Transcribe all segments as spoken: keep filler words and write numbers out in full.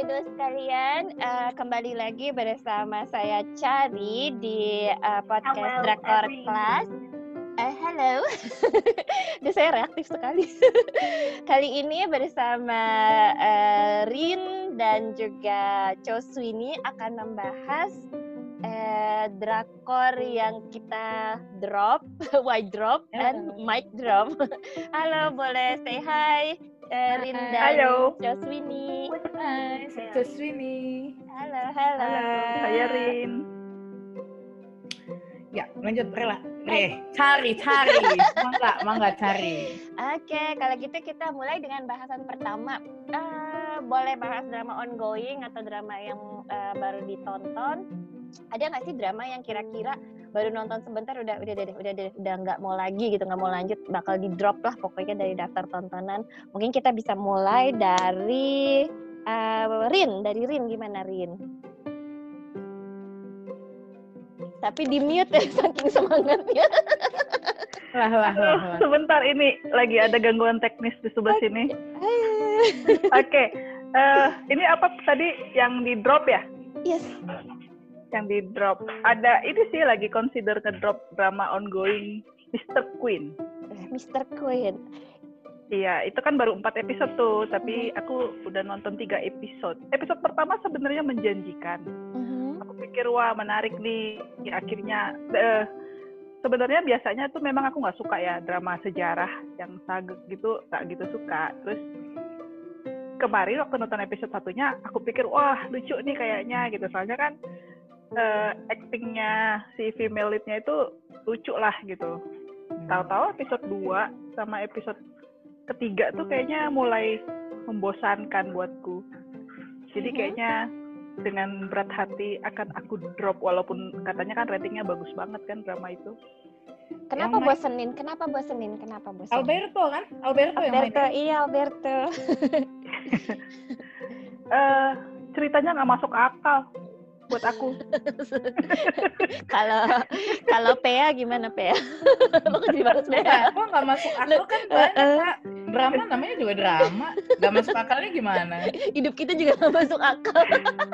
idol sekalian, uh, kembali lagi bersama saya Chari di uh, podcast Hello, Drakor everyone. Class. Uh, hello, Duh, saya reaktif sekali. Kali ini bersama uh, Rin dan juga Choswini akan membahas uh, drakor yang kita drop, white drop, and mic drop. Halo, boleh say hi. Uh, Rin dan Halo. Choswini. Hai, saya Choswini. Halo, halo. Halo, saya Rin. Ya, lanjut Rela. Re, cari, cari. Mangga, mangga cari. Oke, kalau gitu kita mulai dengan bahasan pertama. Uh, boleh bahas drama ongoing atau drama yang uh, baru ditonton. Ada nggak sih drama yang kira-kira baru nonton sebentar udah udah udah udah udah udah nggak mau lagi gitu, nggak mau lanjut, bakal di drop lah pokoknya dari daftar tontonan. Mungkin kita bisa mulai dari uh, Rin, dari Rin gimana Rin? Tapi di mute ya saking semangatnya. Lah lah lah. lah. Sebentar, ini lagi ada gangguan teknis di sebelah sini. Oke, okay. uh, ini apa tadi yang di drop ya? Yes. Yang di drop ada ini sih lagi consider ngedrop drama ongoing mister Queen. mister Queen. Iya, itu kan baru empat episode tuh, tapi aku udah nonton tiga episode. Episode pertama sebenarnya menjanjikan. Uh-huh. Aku pikir wah menarik nih. Akhirnya uh, sebenarnya biasanya tuh memang aku nggak suka ya drama sejarah yang sagek gitu, nggak gitu suka. Terus kemarin waktu nonton episode satunya, aku pikir wah lucu nih kayaknya gitu. Soalnya kan Uh, actingnya si female lead-nya itu lucu lah gitu. Hmm. Tahu-tahu episode dua sama episode ketiga tuh kayaknya mulai membosankan buatku. Jadi kayaknya dengan berat hati akan aku drop, walaupun katanya kan ratingnya bagus banget kan drama itu. Kenapa yang bosenin? Main... Kenapa bosenin? Kenapa bosenin? Alberto kan? Alberto, Alberto yang main. Iya, Alberto. uh, ceritanya nggak masuk akal buat aku. Kalau kalau Pea gimana Pea? Bakal dibahas Pea. Kok nggak masuk akal kan banyak. Drama namanya juga drama. Nggak masuk akalnya gimana? Hidup kita juga nggak masuk akal.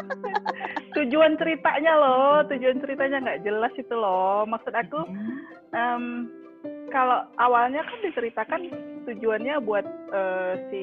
Tujuan ceritanya loh, tujuan ceritanya nggak jelas itu loh. Maksud aku, um, kalau awalnya kan diceritakan tujuannya buat uh, si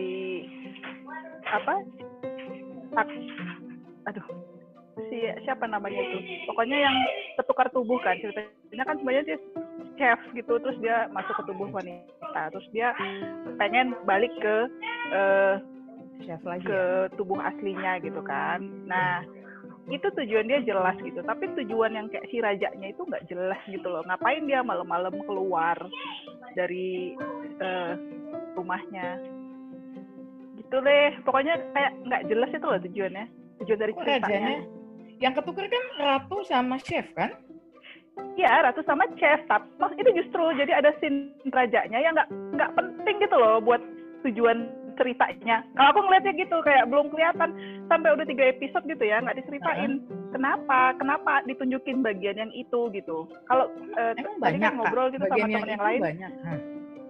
apa? Ak, aduh. si siapa namanya itu, pokoknya yang ketukar tubuh kan, ceritanya kan sebenarnya dia chef gitu, terus dia masuk ke tubuh wanita, terus dia pengen balik ke uh, chef lagi ke ya? Tubuh aslinya gitu kan. Nah itu tujuan dia jelas gitu, tapi tujuan yang kayak si rajanya itu nggak jelas gitu loh. Ngapain dia malam-malam keluar dari uh, rumahnya gitu deh, pokoknya kayak nggak jelas itu loh tujuannya, tujuan dari ceritanya. Rajanya? Yang ketukar kan ratu sama chef kan? Iya, ratu sama chef. Tapi itu justru jadi ada scene rajanya yang nggak nggak penting gitu loh buat tujuan ceritanya. Kalau aku ngeliatnya gitu, kayak belum kelihatan sampai udah tiga episode gitu ya, nggak diceritain. Uh-huh. Kenapa? Kenapa ditunjukin bagian yang itu gitu? Kalau uh, tadi kan ngobrol gitu sama teman yang lain. Banyak. Huh.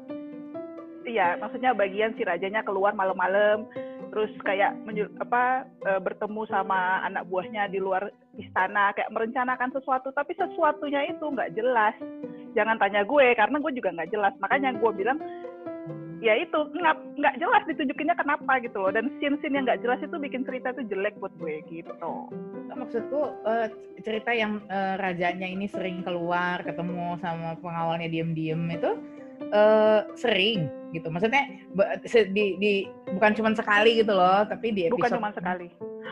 Iya, maksudnya bagian si rajanya keluar malam-malam. Terus kayak menyu- apa e, bertemu sama anak buahnya di luar istana, kayak merencanakan sesuatu, tapi sesuatunya itu nggak jelas. Jangan tanya gue, karena gue juga nggak jelas. Makanya gue bilang, ya itu nggak nggak jelas ditunjukinnya kenapa gitu loh. Dan scene-scene yang nggak jelas itu bikin cerita itu jelek buat gue gitu. Maksudku uh, cerita yang uh, rajanya ini sering keluar, ketemu sama pengawalnya diem-diem itu Uh, sering gitu, maksudnya di, di bukan cuma sekali gitu loh, tapi di episode bukan cuma sekali.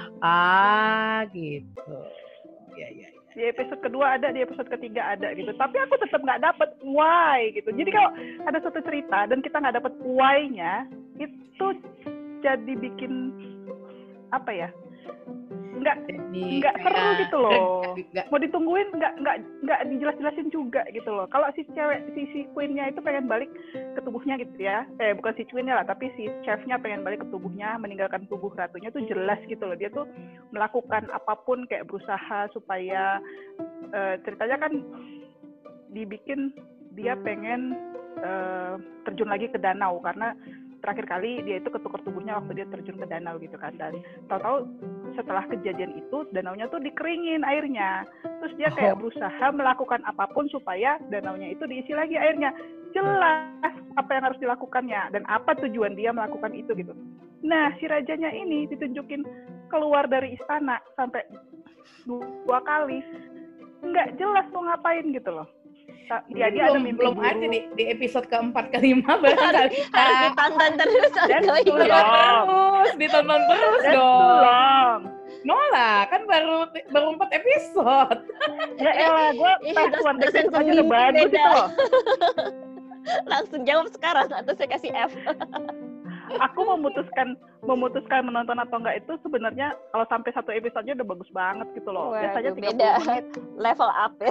Ah gitu, ya ya. ya. Di episode kedua ada, di episode ketiga ada gitu, tapi aku tetap nggak dapet why gitu. Jadi kalau ada suatu cerita dan kita nggak dapet why-nya, itu jadi bikin apa ya? nggak nggak seru gitu loh. Gak, mau ditungguin nggak nggak nggak dijelas-jelasin juga gitu loh. Kalau si cewek si si queen-nya itu pengen balik ke tubuhnya gitu ya, eh bukan si queen-nya lah, tapi si chef-nya pengen balik ke tubuhnya, meninggalkan tubuh ratunya tuh jelas gitu loh. Dia tuh melakukan apapun kayak berusaha supaya uh, ceritanya kan dibikin dia pengen uh, terjun lagi ke danau, karena terakhir kali dia itu ketukar tubuhnya waktu dia terjun ke danau gitu kan. Dan tahu-tahu setelah kejadian itu danaunya tuh dikeringin airnya. Terus dia kayak berusaha melakukan apapun supaya danaunya itu diisi lagi airnya. Jelas apa yang harus dilakukannya dan apa tujuan dia melakukan itu gitu. Nah, si rajanya ini ditunjukin keluar dari istana sampai dua kali. Nggak jelas mau ngapain gitu loh. Dia, dia belum, ada mimpi belum buruk. ada di, di episode keempat kelima barangkali. Harus ditonton terus. Dan Ongoing. belum. Terus ditonton terus Dan dong. belum. Nola kan baru baru empat episode. Ya elah, gue Ih, pas dos- one dosen episode aja udah seminggu bagus beda. itu loh. Langsung jawab sekarang atau saya kasih F. Aku memutuskan memutuskan menonton atau enggak itu sebenarnya kalau sampai satu episodenya udah bagus banget gitu loh. Waduh, Biasanya tiga beda. puluh menit. Level up ya.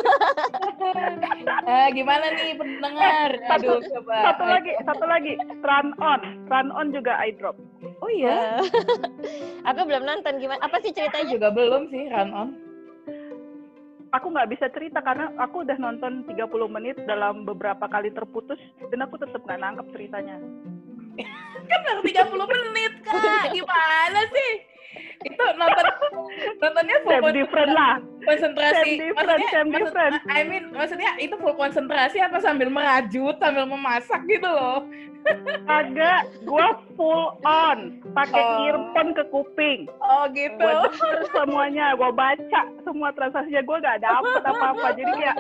Eh, gimana nih pendengar? Satu, Aduh, coba. satu lagi, satu lagi. Run on. Run on juga I drop. Oh iya, Aku belum nonton gimana. Apa sih saya ceritanya? juga belum sih Run On. Aku nggak bisa cerita karena aku udah nonton tiga puluh menit dalam beberapa kali terputus dan aku tetap nggak nangkep ceritanya. Kan baru tiga puluh menit, Kak. Gimana sih? Itu nonton nontonnya full Same different lah. konsentrasi. Same different, same maksud- different. I mean, maksudnya itu full konsentrasi apa sambil merajut, sambil memasak gitu loh. Agak, gua full on, pakai Oh. earphone ke kuping. Oh gitu. Gua denger semuanya, gua baca semua transaksinya, gua nggak dapet apa-apa. Jadi kayak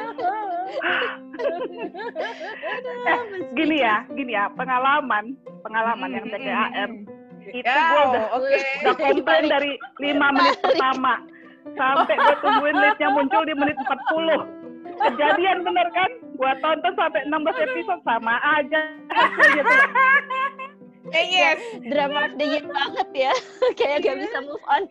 eh, gini ya, gini ya, pengalaman, pengalaman yang T K A R itu Ya, gua udah oke. udah komplain dari lima menit pertama sampai gue tungguin leadnya muncul di menit empat puluh. Kejadian bener kan? Gue tonton sampai enam belas episode sama aja hasilnya tuh. Eh yes. Drama of the year banget ya. Kayak gak bisa move on.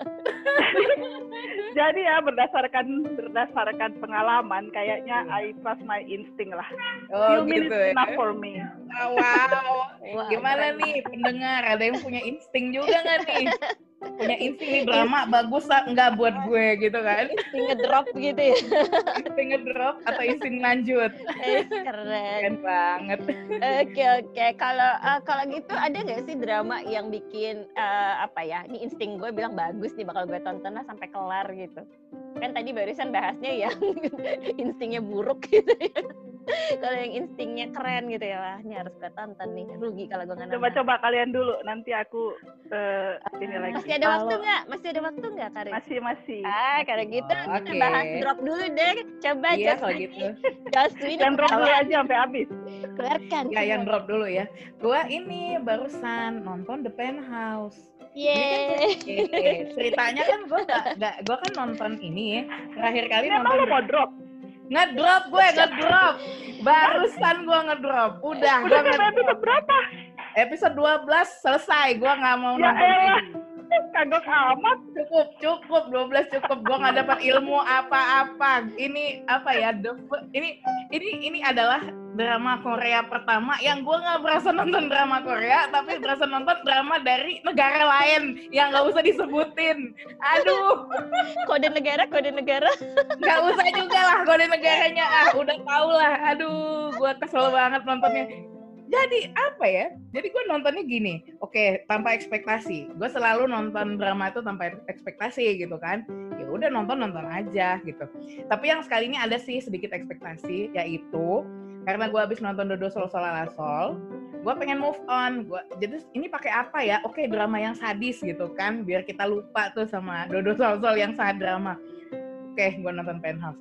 Jadi ya berdasarkan berdasarkan pengalaman kayaknya I trust my instinct lah. Oh Few minutes gitu ya. enough for me. Oh, wow. Wah, Gimana keren. nih pendengar? Ada yang punya insting juga nggak nih? Punya insting nih drama bagus lah nggak buat gue gitu kan? Insting ngedrop gitu ya. Insting ngedrop atau insting lanjut? Eh, keren. Keren banget. Oke oke. Kalau eh, kalau gitu ada nggak sih drama yang bikin eh, apa ya? Ini insting gue bilang bagus nih bakal gue tonton lah sampai kelar gitu. Kan tadi barusan bahasnya yang instingnya buruk gitu ya. Kalau yang instingnya keren gitu ya, wah ini harus gue tonton nih. Rugi kalau gue nggak nonton. Coba-coba kalian dulu, nanti aku eh, ini lagi. Masih ada Kalau- waktu nggak? Masih ada waktu nggak, Karin? Masih masih. Ah, kalau gitu Oh, kita oke. bahas drop dulu deh. Coba Iya Just kalau ini, gitu. Jasmine, Dan drop dulu keluar- aja sampai habis. keluarkan. Ya yang drop dulu ya. Gue ini barusan nonton The Penthouse. Yeay. Eh, ceritanya kan gue gak, gak gue kan nonton ini terakhir kali Ini emang nonton lo mau drop? ngedrop gue ngedrop barusan gue ngedrop udah gue Udah sampai ngedrop episode berapa? episode dua belas selesai gue nggak mau Ya nonton elah. lagi. Kagok amat. Cukup cukup dua belas cukup gue nggak dapat ilmu apa-apa ini apa ya the, ini ini ini adalah drama Korea pertama yang gue nggak berasa nonton drama Korea tapi berasa nonton drama dari negara lain yang nggak usah disebutin. Aduh Kode negara, kode negara. nggak usah juga lah kode negaranya ah udah tau lah. Aduh gue kesel banget nontonnya. Jadi apa ya? Jadi gue nontonnya gini, oke tanpa ekspektasi. Gue selalu nonton drama itu tanpa ekspektasi gitu kan. Ya udah nonton nonton aja gitu. Tapi yang sekali ini ada sih sedikit ekspektasi, yaitu karena gue habis nonton Dodo Sol Solalasol, gue pengen move on. Gua, jadi ini pakai apa ya? Oke drama yang sadis gitu kan, biar kita lupa tuh sama Dodo Sol Sol yang sad drama. Oke, gue nonton Penthouse.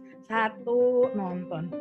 Satu nonton.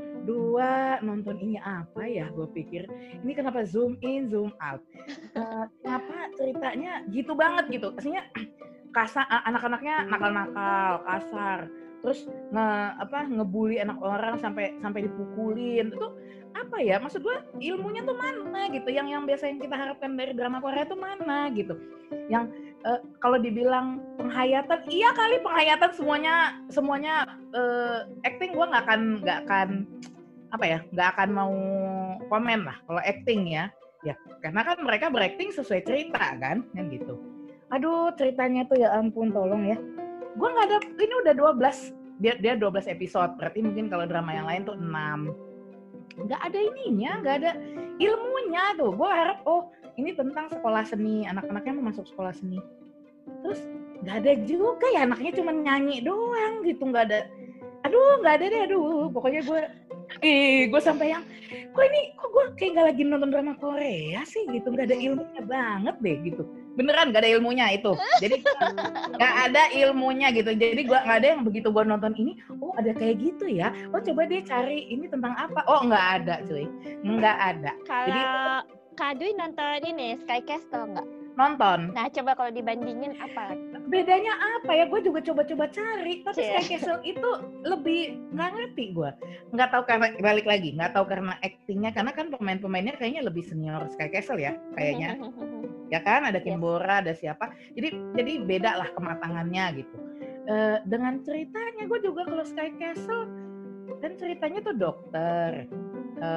Dua nonton ini apa ya gue pikir ini kenapa zoom in zoom out uh, kenapa ceritanya gitu banget gitu aslinya kasar anak-anaknya nakal-nakal kasar terus nge apa ngebully anak orang sampai sampai dipukulin itu apa ya maksud gue ilmunya tuh mana gitu yang yang biasa yang kita harapkan dari drama Korea tuh mana gitu yang uh, kalau dibilang penghayatan iya kali penghayatan semuanya semuanya uh, acting gue nggak akan nggak akan apa ya nggak akan mau komen lah kalau acting ya ya karena kan mereka berakting sesuai cerita kan kan gitu aduh ceritanya tuh ya ampun tolong ya gue nggak ada ini udah dua belas dia dia dua belas episode berarti mungkin kalau drama yang lain tuh enam nggak ada ininya nggak ada ilmunya tuh gue harap oh ini tentang sekolah seni anak-anaknya mau masuk sekolah seni terus nggak ada juga ya, anaknya cuma nyanyi doang gitu, nggak ada, aduh nggak ada deh, aduh pokoknya gue, ih gue sampai yang, kok ini, kok gue kayak nggak lagi nonton drama Korea sih gitu, nggak ada ilmunya banget deh gitu, beneran nggak ada ilmunya itu, jadi nggak ada ilmunya gitu, jadi gue nggak ada yang begitu gue nonton ini, oh ada kayak gitu ya, oh coba deh cari ini tentang apa, oh nggak ada cuy, nggak ada. Kalau Jadi Kak Dwi nonton ini Sky Castle nggak? nonton. Nah coba kalau dibandingin apa? Bedanya apa ya? Gue juga coba-coba cari, tapi Cie. Sky Castle itu lebih nggak ngerti gue. Nggak tahu karena balik lagi, nggak tahu karena actingnya, karena kan pemain-pemainnya kayaknya lebih senior Sky Castle ya, kayaknya. Ya kan, ada Kim Yes. Bora, ada siapa. Jadi jadi beda lah kematangannya gitu. E, dengan ceritanya gue juga kalau Sky Castle kan ceritanya tuh dokter. E,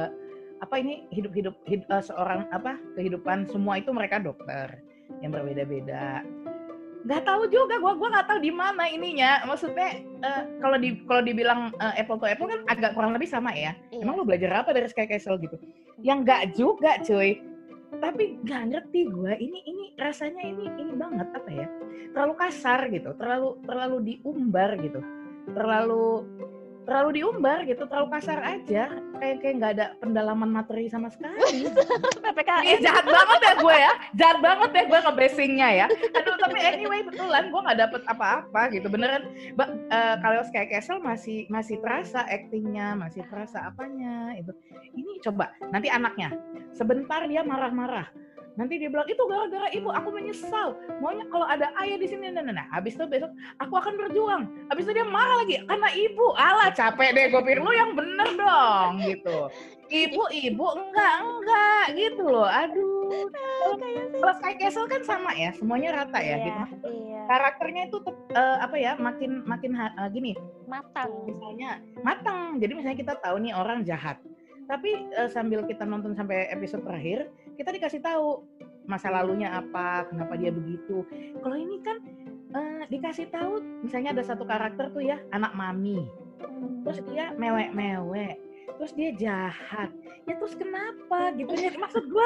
apa ini hidup-hidup hid, uh, seorang apa kehidupan semua itu mereka dokter yang berbeda-beda. Nggak tahu juga, gue gue nggak tahu di mana ininya. Maksudnya uh, kalau di kalau dibilang uh, apple to apple kan agak kurang lebih sama ya. Iya. Emang lo belajar apa dari Sky Castle gitu? Yang nggak juga cuy. Tapi nggak ngerti gue. Ini ini rasanya ini ini banget apa ya? Terlalu kasar gitu. Terlalu terlalu diumbar gitu. Terlalu terlalu diumbar gitu, terlalu kasar aja, kayak kayak nggak ada pendalaman materi sama sekali. P P K Ih, M. jahat banget ya gue ya, jahat banget ya gue nge-basingnya ya. Aduh, tapi anyway betulan gue nggak dapet apa-apa gitu, beneran. Ba, uh, kalau Sky Castle masih masih terasa actingnya, masih terasa apanya itu. Ini coba nanti anaknya, sebentar dia marah-marah. Nanti dia bilang, itu gara-gara ibu, aku menyesal. Maunya kalau ada ayah di sini, nah, nah, nah. Habis itu besok, aku akan berjuang. Habis itu dia marah lagi, karena ibu. Alah, capek deh, gue pikir lu yang bener dong, gitu. Ibu-ibu, enggak, enggak, gitu loh. Aduh. Kalau Sky Castle kan sama ya, semuanya rata ya, Iya, gitu. iya. Karakternya itu, uh, apa ya, makin, makin uh, gini. Matang. Misalnya, matang. Jadi misalnya kita tahu nih orang jahat. Tapi uh, sambil kita nonton sampai episode terakhir, kita dikasih tahu masa lalunya apa, kenapa dia begitu. Kalau ini kan uh, dikasih tahu, misalnya ada satu karakter tuh ya, anak mami, terus dia mewek-mewek, terus dia jahat. Ya terus kenapa gitu ya? Maksud gue,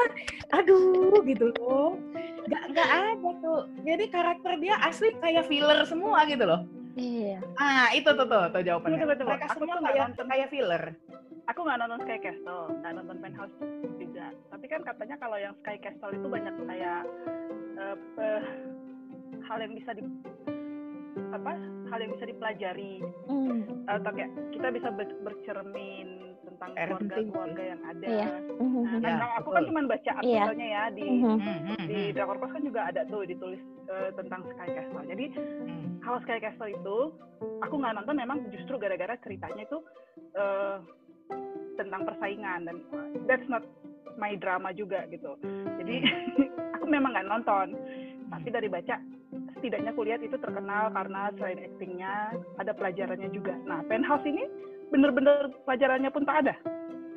aduh gitu loh, nggak nggak ada tuh. Jadi karakter dia asli kayak filler semua gitu loh. Iya. Ah itu tuh tuh, tuh jawabannya. Tunggu, tunggu, Mereka aku semua tuh nggak kayak nonton. kayak filler. Aku nggak nonton Sky Castle, nggak nonton Penthouse juga. Tapi kan katanya kalau yang Sky Castle itu banyak kayak uh, uh, hal yang bisa di apa? Hal yang bisa dipelajari. Mm. Atau kayak kita bisa ber- bercermin tentang keluarga-keluarga yang ada. Iya. Nah, Ya, nah, aku betul. kan cuma baca artikelnya ya di Mhm. Hmm, hmm, di hmm. Drakor Post kan juga ada tuh ditulis uh, tentang Sky Castle. Jadi Hmm. kalau Sky Castle itu aku nggak nonton memang justru gara-gara ceritanya itu uh, tentang persaingan dan that's not my drama juga gitu. Jadi aku memang nggak nonton, tapi dari baca setidaknya aku lihat itu terkenal karena selain actingnya ada pelajarannya juga. Nah, Penthouse ini bener-bener pelajarannya pun tak ada.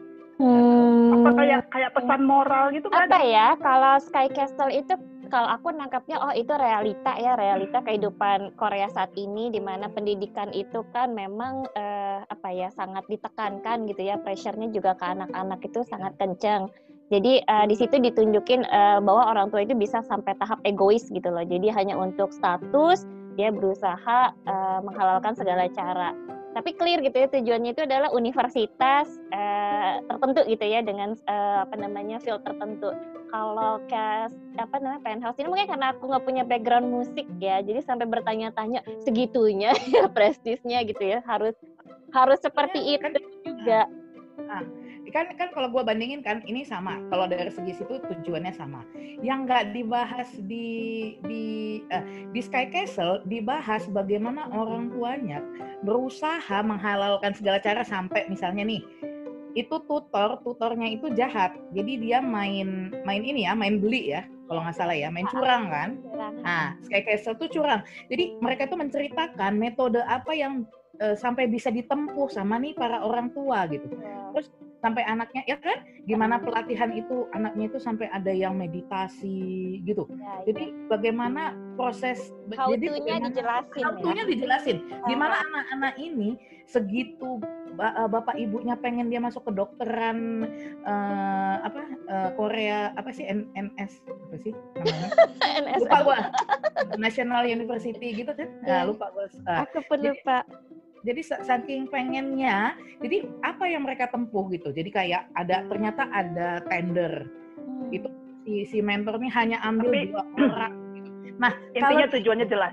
Hmm. Apa kayak kayak pesan moral gitu nggak Apa ada? ya, kalau Sky Castle itu kalau aku nangkapnya oh itu realita ya, realita kehidupan Korea saat ini di mana pendidikan itu kan memang eh, apa ya sangat ditekankan gitu ya, pressure-nya juga ke anak-anak itu sangat kencang. Jadi uh, di situ ditunjukin uh, bahwa orang tua itu bisa sampai tahap egois gitu loh. Jadi hanya untuk status dia berusaha uh, menghalalkan segala cara. Tapi clear gitu ya, tujuannya itu adalah universitas uh, tertentu gitu ya dengan uh, apa namanya field tertentu. Kalau cast apa namanya Penthouse ini mungkin karena aku nggak punya background musik ya, jadi sampai bertanya-tanya segitunya ya prestisnya gitu ya, harus harus seperti Kan- itu juga. Nah, kan kan kalau gue bandingin kan ini sama, kalau dari segi situ tujuannya sama. Yang nggak dibahas di di eh, di Sky Castle dibahas bagaimana orang tuanya berusaha menghalalkan segala cara sampai misalnya nih itu tutor tutornya itu jahat, jadi dia main main ini ya main beli ya kalau nggak salah ya, main curang kan. Nah, Sky Castle tuh curang. Jadi mereka tuh menceritakan metode apa yang uh, sampai bisa ditempuh sama nih para orang tua gitu. Terus sampai anaknya ya kan gimana pelatihan itu anaknya itu sampai ada yang meditasi gitu. Ya, Jadi ya. bagaimana proses how-to-nya dijelasin. How-to-nya ya. dijelasin. Gimana Uh-huh. anak-anak ini segitu bapak ibunya pengen dia masuk ke dokteran uh, apa uh, Korea apa sih N S apa sih namanya? N S F. Lupa gua. National University gitu kan? Nah, lupa gua. Uh, Aku pun lupa. Jadi saking pengennya, jadi apa yang mereka tempuh gitu. Jadi kayak ada ternyata ada tender. Hmm. Itu si si mentor ini hanya ambil Tapi, dua orang. Gitu. Nah, intinya kalau tujuannya jelas.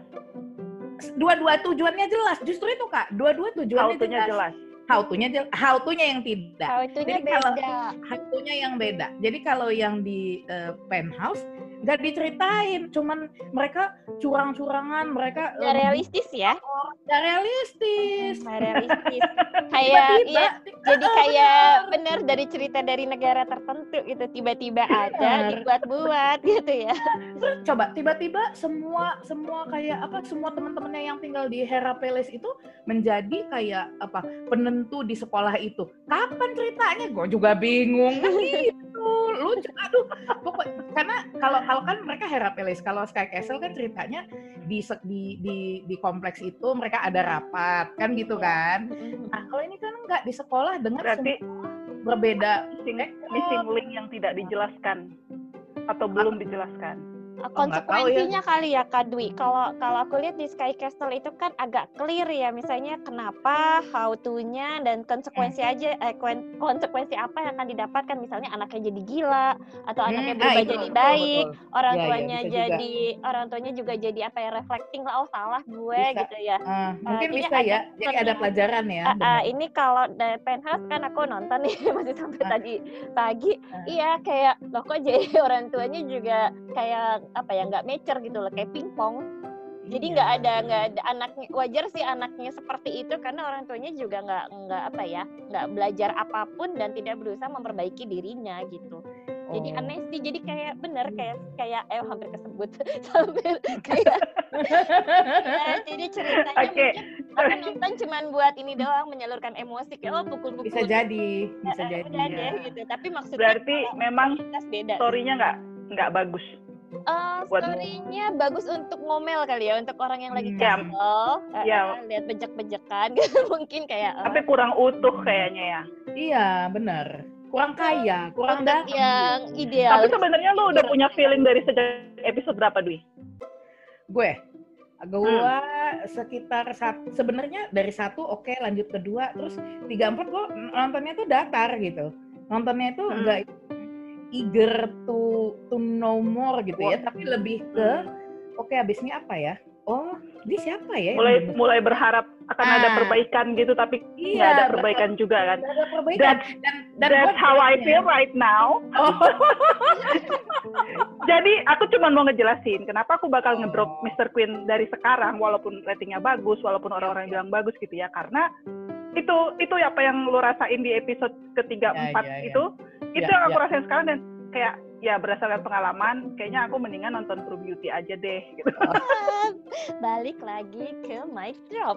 Dua-dua tujuannya jelas. Justru itu Kak, dua-dua tujuannya jelas. jelas. How-to-nya jelas. How-to-nya yang tidak. How-to-nya Jadi kalau beda. How-to-nya yang beda. Jadi kalau yang di uh, Penthouse nggak diceritain, cuman mereka curang-curangan, mereka nggak realistis ya? Nggak realistis. Nggak realistis. Kayak iya, jadi kayak benar dari cerita dari negara tertentu gitu, tiba-tiba ada dibuat-buat gitu ya. Coba tiba-tiba semua semua kayak apa? Semua teman-temannya yang tinggal di Hera Palace itu menjadi kayak apa? Penentu di sekolah itu. Kapan ceritanya? Gue juga bingung kan gitu. Lucu. Aduh, pokok karena kalau kalau kan mereka Hera Palace, kalau Sky Castle kan ceritanya di di di di kompleks itu mereka ada rapat kan gitu kan. Nah kalau ini kan enggak di sekolah dengan berarti berbeda missing, missing link yang tidak dijelaskan atau belum dijelaskan. Konsekuensinya ya. Kali ya Kak Dwi. Kalau kalau aku lihat di Sky Castle itu kan agak clear ya, misalnya kenapa, how to-nya dan konsekuensi hmm. aja eh, konsekuensi apa yang akan didapatkan, misalnya anaknya jadi gila atau hmm. anaknya berubah ah, jadi betul, baik, betul. orang ya, tuanya ya, jadi juga. orang tuanya juga jadi apa ya reflecting lah, oh salah gue bisa. Gitu ya. Uh, mungkin uh, bisa ya. Jadi ada pelajaran ya. Uh, uh, ini kalau dari Penthouse kan aku nonton nih masih sampai uh. tadi pagi. Uh. Iya kayak loh kok jadi orang tuanya juga kayak apa ya nggak mature gitu loh kayak pingpong. Jadi nggak iya. ada nggak ada anaknya, wajar sih anaknya seperti itu karena orang tuanya juga nggak nggak apa ya nggak belajar apapun dan tidak berusaha memperbaiki dirinya gitu. Oh. Jadi aneh sih, jadi kayak bener kayak kayak eh hampir kesebut sambil kayak ya, jadi ceritanya okay. mungkin aku nonton cuman buat ini doang menyalurkan emosi kayak oh pukul-pukul. Bisa jadi, bisa ya, jadi. Udah ya. deh gitu. Tapi maksudnya berarti memang story-nya nggak nggak bagus. Uh, story-nya bagus untuk ngomel kali ya, untuk orang yang lagi kesel, hmm. yeah. uh, lihat bejek-bejekan gitu mungkin kayak. Uh, Tapi kurang utuh kayaknya ya. Iya benar, kurang kaya, kurang dalam. Yang ideal. Tapi sebenarnya lu udah punya feeling dari sejak episode berapa Dwi? Gue, gue hmm. sekitar satu, sebenarnya dari satu oke okay, lanjut kedua, terus tiga empat gue nontonnya tuh datar gitu, nontonnya itu enggak. Hmm. eager to to know more gitu ya, tapi lebih ke oke okay, abisnya apa ya? Oh, ini siapa ya? Mulai mulai berharap akan ah. ada perbaikan gitu, tapi nggak iya, ada perbaikan betul. juga kan? Nggak ada perbaikan. That's, dan, dan that's how I feel right now. Oh. Jadi aku cuma mau ngejelasin kenapa aku bakal oh. ngedrop mister Queen dari sekarang, walaupun ratingnya bagus, walaupun orang-orang bilang bagus gitu ya, karena itu itu apa yang lo rasain di episode ketiga ya, empat ya, ya. itu. Itu ya, yang aku ya. rasain sekarang dan kayak ya berdasarkan pengalaman kayaknya aku mendingan nonton True Beauty aja deh gitu. Balik lagi ke mic drop.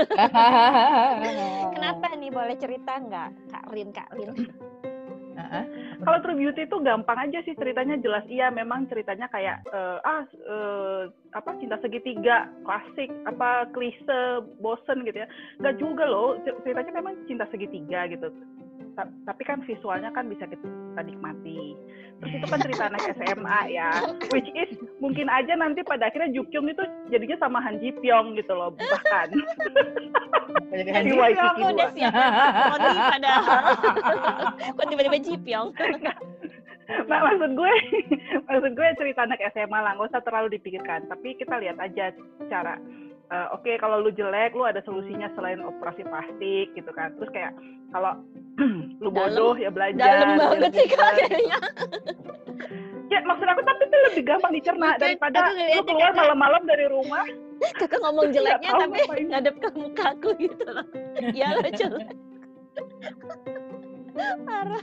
Kenapa nih, boleh cerita nggak Kak Rin Kak Rin? Uh-huh. Kalau True Beauty itu gampang aja sih, ceritanya jelas. Iya memang ceritanya kayak uh, ah uh, apa cinta segitiga klasik, apa klise, bosen gitu ya. Nggak juga loh, ceritanya memang cinta segitiga gitu. Tapi kan visualnya kan bisa kita nikmati. Terus itu kan cerita anak S M A ya, which is mungkin aja nanti pada akhirnya Juk Kyung itu jadinya sama Han Ji Pyong gitu loh, bahkan. Jadi Han Ji Pyong aku udah siap nonton padahal. Kok tiba-tiba Ji Pyong? Nah, maksud gue, maksud gue cerita anak S M A lah, nggak usah terlalu dipikirkan. Tapi kita lihat aja cara. Uh, Oke, okay, kalau lu jelek, lu ada solusinya selain operasi plastik gitu kan. Terus kayak kalau lu bodoh dalam, ya belajar. Dalam banget sih kayaknya. Ya maksud aku tapi itu lebih gampang dicerna Bukan, daripada lu keluar kakak, malam-malam dari rumah. Kakak ngomong jeleknya tapi ngadep ke muka aku gitu loh. Iya lo jelek. Parah.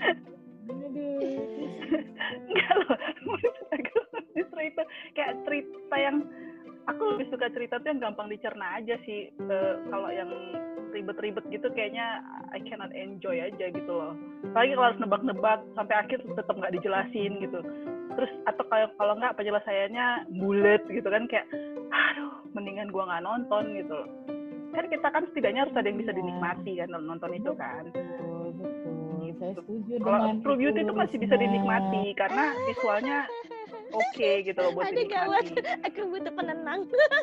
Enggak loh. Justru itu kayak cerita yang aku lebih suka cerita tuh yang gampang dicerna aja sih. Uh, kalau yang ribet-ribet gitu kayaknya I cannot enjoy aja gitu loh. Apalagi kalau harus nebak-nebak sampai akhir tetap nggak dijelasin gitu. Terus atau kalau kalau nggak penyelesaiannya bulet gitu kan kayak aduh mendingan gua nggak nonton gitu loh. Kan kita kan setidaknya harus ada yang bisa dinikmati kan nonton itu kan. Betul, betul. Gitu. Saya setuju Kalau dengan True Beauty itu masih bisa Risma. dinikmati karena visualnya oke okay, gitu loh buat Aduh gawat, dinikmati. aku butuh penenang.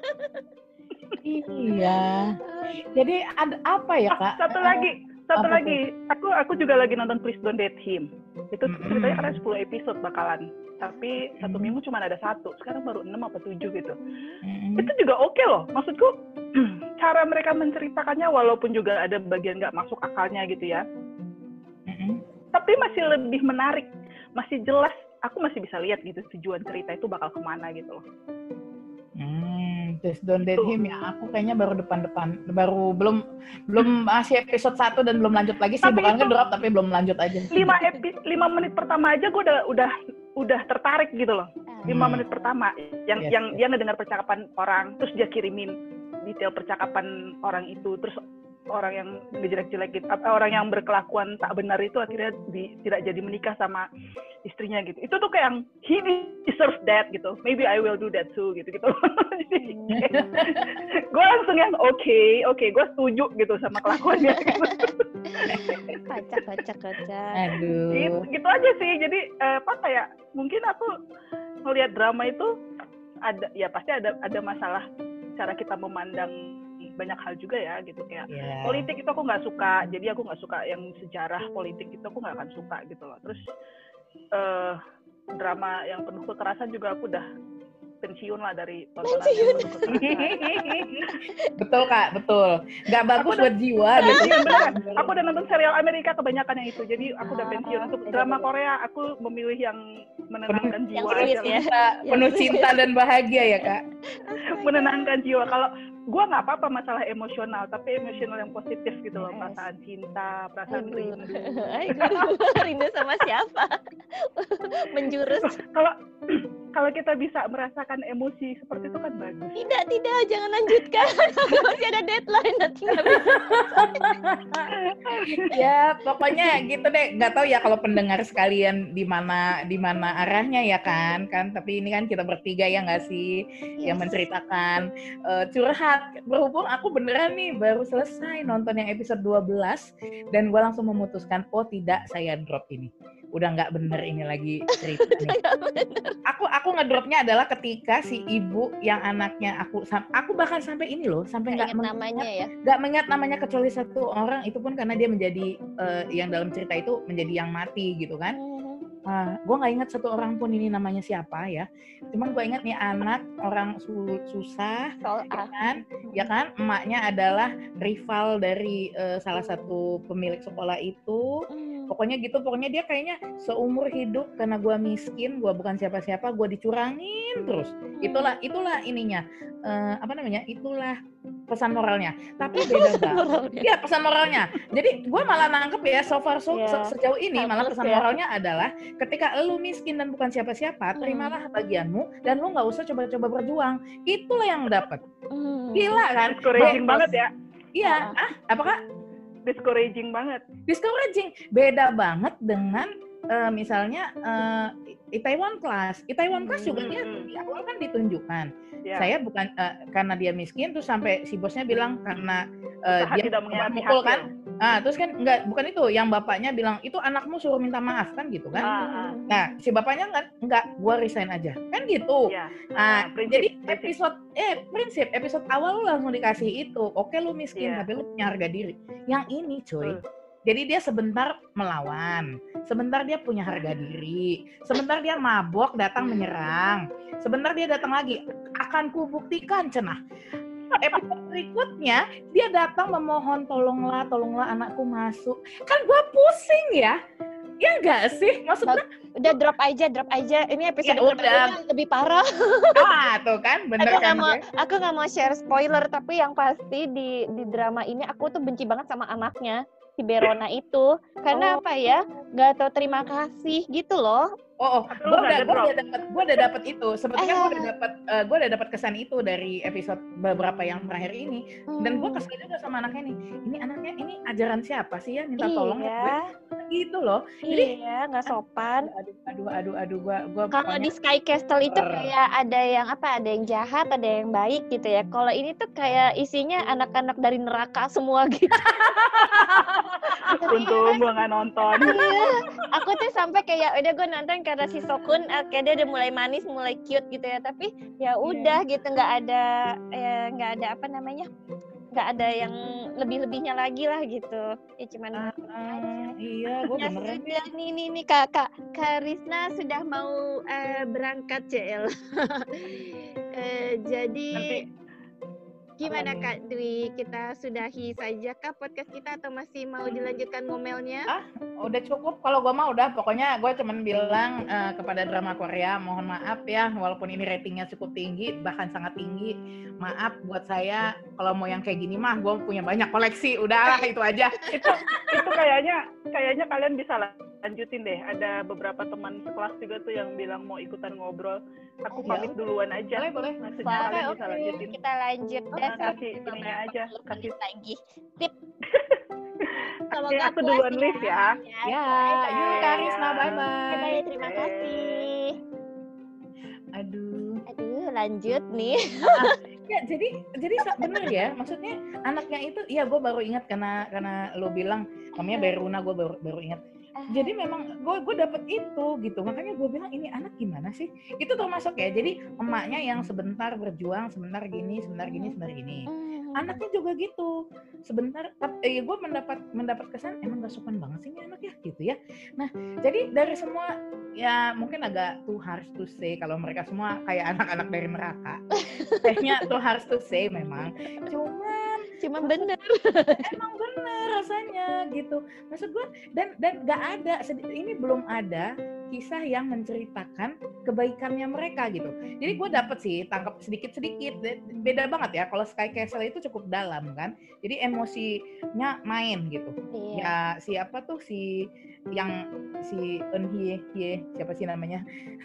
Iya. Jadi ada apa ya, Kak? Ah, satu lagi, satu Apa lagi. Aku aku juga lagi nonton Please Don't Date Him. Itu Mm-mm. ceritanya karena sepuluh episode bakalan. Tapi satu Mm. minggu cuma ada satu. Sekarang baru enam apa tujuh gitu. Mm-mm. Itu juga oke okay loh. Maksudku cara mereka menceritakannya walaupun juga ada bagian nggak masuk akalnya gitu ya. Mm-mm. Tapi masih lebih menarik. Masih jelas. Aku masih bisa lihat gitu tujuan cerita itu bakal kemana gitu loh. Hmm, Please Don't Date Gitu. Him ya. Aku kayaknya baru depan-depan, baru belum belum masih episode satu dan belum lanjut lagi sih. Tapi Bukan itu- ngedrop tapi belum lanjut aja. lima epi lima menit pertama aja gue udah udah udah tertarik gitu loh. lima Hmm. menit pertama yang Yes, yang yes. dia ngedengar percakapan orang terus dia kirimin detail percakapan orang itu terus orang yang ngejelek-jelekin apa orang yang berkelakuan tak benar itu akhirnya di, tidak jadi menikah sama istrinya gitu. Itu tuh kayak yang he deserves that gitu. Maybe I will do that too gitu gitu. Gue langsung yang oke, okay, oke, okay, gue setuju gitu sama kelakuannya. Gitu. Kocak, kocak, kocak. Aduh. gitu, gitu aja sih. Jadi eh, apa kayak mungkin aku melihat drama itu ada ya pasti ada ada masalah cara kita memandang banyak hal juga ya gitu kayak Ya. politik itu aku nggak suka, jadi aku nggak suka yang sejarah politik itu aku nggak akan suka gitu loh. Terus eh, drama yang penuh kekerasan juga aku udah pensiun lah dari tontonan yang penuh kekerasan. Betul, Kak, betul. Nggak bagus udah- buat jiwa gitu. Iya, beneran. Aku udah nonton serial Amerika kebanyakan yang itu, jadi aku udah Ah, pensiun. Untuk beda-beda. drama Korea aku memilih yang menenangkan Yang jiwa sweet aja ya. lah. Penuh cinta dan bahagia ya, Kak. Menenangkan jiwa. Kalau gue nggak apa-apa masalah emosional, tapi emosional yang positif gitu loh, Yes. perasaan cinta, perasaan Aduh. rindu. Aduh, rindu sama siapa? Menjurus. Kalau kalau kita bisa merasakan emosi seperti itu kan bagus. Tidak, tidak, jangan lanjutkan. Masih ada deadline nanti nggak bisa. Ya, pokoknya gitu deh. Nggak tahu ya kalau pendengar sekalian di mana di mana arahnya ya kan, kan. Tapi ini kan kita bertiga ya nggak sih yang Yes. menceritakan eh, curhat. Berhubung aku beneran nih baru selesai nonton yang episode dua belas dan gue langsung memutuskan, oh tidak, saya drop ini. Udah nggak bener ini lagi cerita nih. Aku aku ngedropnya adalah ketika si ibu yang anaknya aku sam- aku bahkan sampai ini loh, sampai Nggak nggak ingat mengingat- namanya ya. nggak mengingat namanya kecuali satu orang, itu pun karena dia menjadi eh, yang dalam cerita itu menjadi yang mati gitu kan. Ah, gue nggak ingat satu orang pun ini namanya siapa ya. Cuman gue ingat nih anak orang su- susah, Soal ya A. kan? Ya kan, emaknya adalah rival dari eh, salah satu pemilik sekolah itu. Pokoknya gitu, pokoknya dia kayaknya seumur hidup karena gue miskin, gue bukan siapa-siapa, gue dicurangin terus. Itulah, itulah ininya, eh, apa namanya? Itulah pesan moralnya. Tapi beda banget. Iya, pesan moralnya. Jadi gue malah nangkep ya, so far so, Iya. se- sejauh ini malah Bagus pesan ya. moralnya adalah ketika lu miskin dan bukan siapa-siapa, terimalah bagianmu dan lu nggak usah coba-coba berjuang. Itulah yang dapat. Hmm. Gila kan? Discouraging Bagus. banget ya. Iya, ah, apakah Discouraging banget. discouraging? Beda banget dengan eh, misalnya eh, Itaewon Class. Itaewon Class juga dia Hmm. di awal kan ditunjukkan. Ya. Saya bukan eh, karena dia miskin terus sampai si bosnya bilang karena eh, Usaha dia tidak mengkhianati mukul hasil. kan. Ah, terus kan enggak, bukan itu, yang bapaknya bilang itu anakmu suruh minta maaf kan gitu kan. Ah, ah. Nah, si bapaknya enggak, enggak, gua resign aja. Kan gitu. Ya. Nah, Nah, prinsip, jadi prinsip. episode eh prinsip episode awal lu langsung dikasih itu. Oke lu miskin Iya. tapi lu punya harga diri. Yang ini cuy. Betul. Jadi dia sebentar melawan, sebentar dia punya harga diri, sebentar dia mabok datang menyerang, sebentar dia datang lagi, akan kubuktikan cenah. Episode berikutnya dia datang memohon tolonglah, tolonglah anakku masuk. Kan gua pusing ya. Ya enggak sih? Maksudnya Udah drop aja, drop aja. Ini episode Ya udah. berikutnya lebih parah. ah tuh kan bener Aku kan nggak mau, gue? aku nggak mau share spoiler, tapi yang pasti di di drama ini aku tuh benci banget sama anaknya si Berona itu, karena Oh. apa ya? Nggak tahu terima kasih gitu loh. Oh, oh. Tapi gue lu nggak udah, gue ngedrop. udah dapat, gue udah dapat itu. Sebetulnya gue udah dapat, uh, gue udah dapat kesan itu dari episode beberapa yang terakhir ini. Dan gue kesel juga sama anaknya nih. Ini anaknya, ini ajaran siapa sih ya minta tolong ya gue? Gitu loh. Jadi, iya, nggak sopan. Aduh, aduh, aduh, aduh, gue, gue. Kalau di Sky Castle itu kayak ada yang apa? Ada yang jahat, ada yang baik gitu ya. Kalau ini tuh kayak isinya anak-anak dari neraka semua gitu. Untung gue nggak nonton. Iya, aku tuh sampai kayak udah gue nonton karena si Sokun kayak dia udah mulai manis, mulai cute gitu ya. Tapi ya udah gitu, nggak ada ya nggak ada apa namanya, nggak ada yang lebih-lebihnya lagi lah gitu. Ya cuman uh, uh, iya, gue ya beneran sudah nih nih nih kakak Kak Risna sudah mau uh, berangkat C L. uh, jadi Nanti gimana Kak Dwi, kita sudahi saja kah podcast kita atau masih mau dilanjutkan ngomelnya? Ah, udah cukup. Kalau gue mah udah, pokoknya gue cuman bilang uh, kepada drama Korea, mohon maaf ya, walaupun ini ratingnya cukup tinggi, bahkan sangat tinggi. Maaf buat saya, kalau mau yang kayak gini mah, gue punya banyak koleksi. Udah, itu aja. itu itu kayaknya kayaknya kalian bisa lanjutin deh. Ada beberapa teman sekelas juga tuh yang bilang mau ikutan ngobrol. Aku pamit duluan aja. Boleh, boleh. Maksudnya Oke, kalian oke. bisa lanjutin. Kita lanjut deh Ah, sampai kasih ininya beberapa aja, puluh kasih. menit lagi. Tip. Oke, aku duluan puas live ya. Ya, bye-bye. yuk Kak Risna, bye-bye. Bye-bye, terima kasih. Aduh. Aduh, lanjut nih. Ya, jadi jadi bener ya, maksudnya anaknya itu, iya gue baru ingat karena karena lo bilang namanya Beruna, gue baru baru ingat. Jadi memang gue gue dapet itu gitu, makanya gue bilang ini anak gimana sih? Itu termasuk ya, jadi emaknya yang sebentar berjuang, sebentar gini, sebentar gini, sebentar gini. Anaknya juga gitu, sebentar. Eh, gue mendapat mendapat kesan emang gak sopan banget sih ini anak ya, gitu ya. Nah, jadi dari semua ya mungkin agak too harsh to say kalau mereka semua kayak anak-anak dari neraka. Kayaknya too harsh to say memang. Cuman Cuman bener. emang bener rasanya gitu. Maksud gue dan dan gak ada, ini belum ada kisah yang menceritakan kebaikannya mereka gitu. Jadi gue dapet sih tangkap sedikit-sedikit, beda banget ya. Kalau Sky Castle itu cukup dalam kan, jadi emosinya main gitu. Iya. Ya siapa tuh si yang si Eun Hye, Hye siapa sih namanya?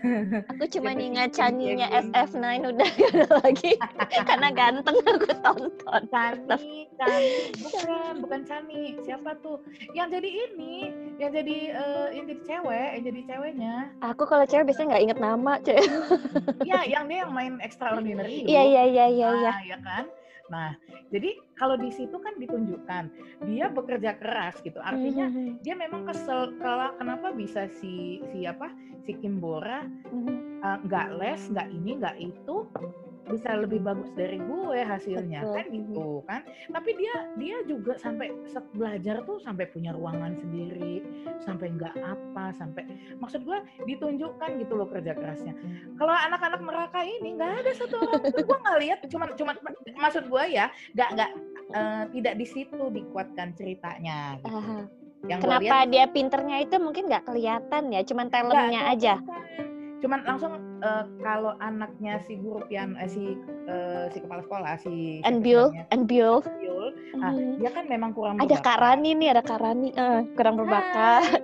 Aku cuma Siapa sih? ingat Kim Chaninya Jae-gun. S F sembilan udah gak ada lagi. Karena ganteng aku tonton. Chani, Chani, bukan, bukan Chani. Siapa tuh? Yang jadi ini, yang jadi uh, yang jadi cewek, yang jadi ceweknya. Aku kalau cewek biasanya nggak inget nama, cewek. Iya, yang dia yang main Extraordinary. Iya iya iya iya iya. Nah, ya kan? Nah, jadi kalau di situ kan ditunjukkan dia bekerja keras gitu. Artinya Mhm. dia memang kesel kalau kenapa bisa si siapa si Kim Bora Mhm. uh, nggak les, nggak ini, nggak itu, bisa lebih bagus dari gue hasilnya. Betul. Kan gitu kan. Tapi dia dia juga sampai set belajar tuh sampai punya ruangan sendiri, sampai nggak apa, sampai maksud gue ditunjukkan gitu loh kerja kerasnya. Kalau anak-anak neraka ini nggak ada satu orang pun gue nggak lihat, cuman cuman maksud gue ya nggak nggak uh, tidak di situ dikuatkan ceritanya gitu. Aha. Yang gua Kenapa lihat, dia pinternya itu mungkin nggak kelihatan ya, cuman talentnya nggak, aja. bukan. Cuman langsung uh, kalau anaknya si guru piano eh, si uh, si kepala sekolah si Anbiul, siapa namanya? Anbiul. Anbiul, nah, Mhm. dia kan memang kurang Ada berbakat. Kak Rani nih, ada Kak Rani, eh, kurang berbakat.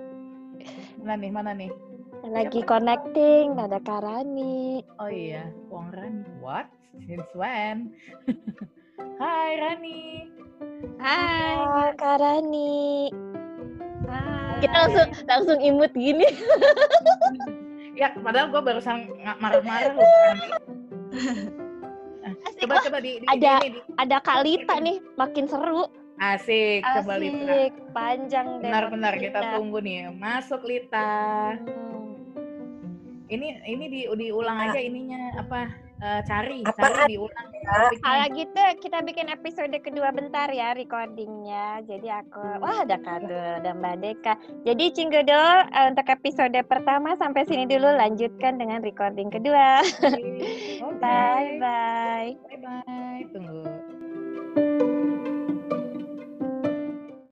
Mana nih, mana nih? Lagi Siapa? connecting, ada Kak Rani. Oh iya, Wong Rani. What? Since when? Hai Rani. Hai. Ah, Kak Rani. Hai. Kita langsung langsung imut gini. Ya, padahal gue barusan ng- marah-marah loh. Rani. Eh, Asik, coba wah, coba di, di ada- ini, di, Ada Kak Lita nih, makin seru. asik, coba Lita. Asik, panjang deh. Benar-benar podcast kita tunggu nih. Masuk Lita. Hmm. Ini ini di diulang aja ininya apa? eh, cari, Apaan? cari diulang topiknya. Kalau gitu kita bikin episode kedua bentar ya recordingnya. Jadi aku, wah ada Kado dan Mbak Deka. Jadi Cinggedol eh, untuk episode pertama sampai sini dulu, lanjutkan dengan recording kedua. Oke. Bye bye. Bye bye. Tunggu.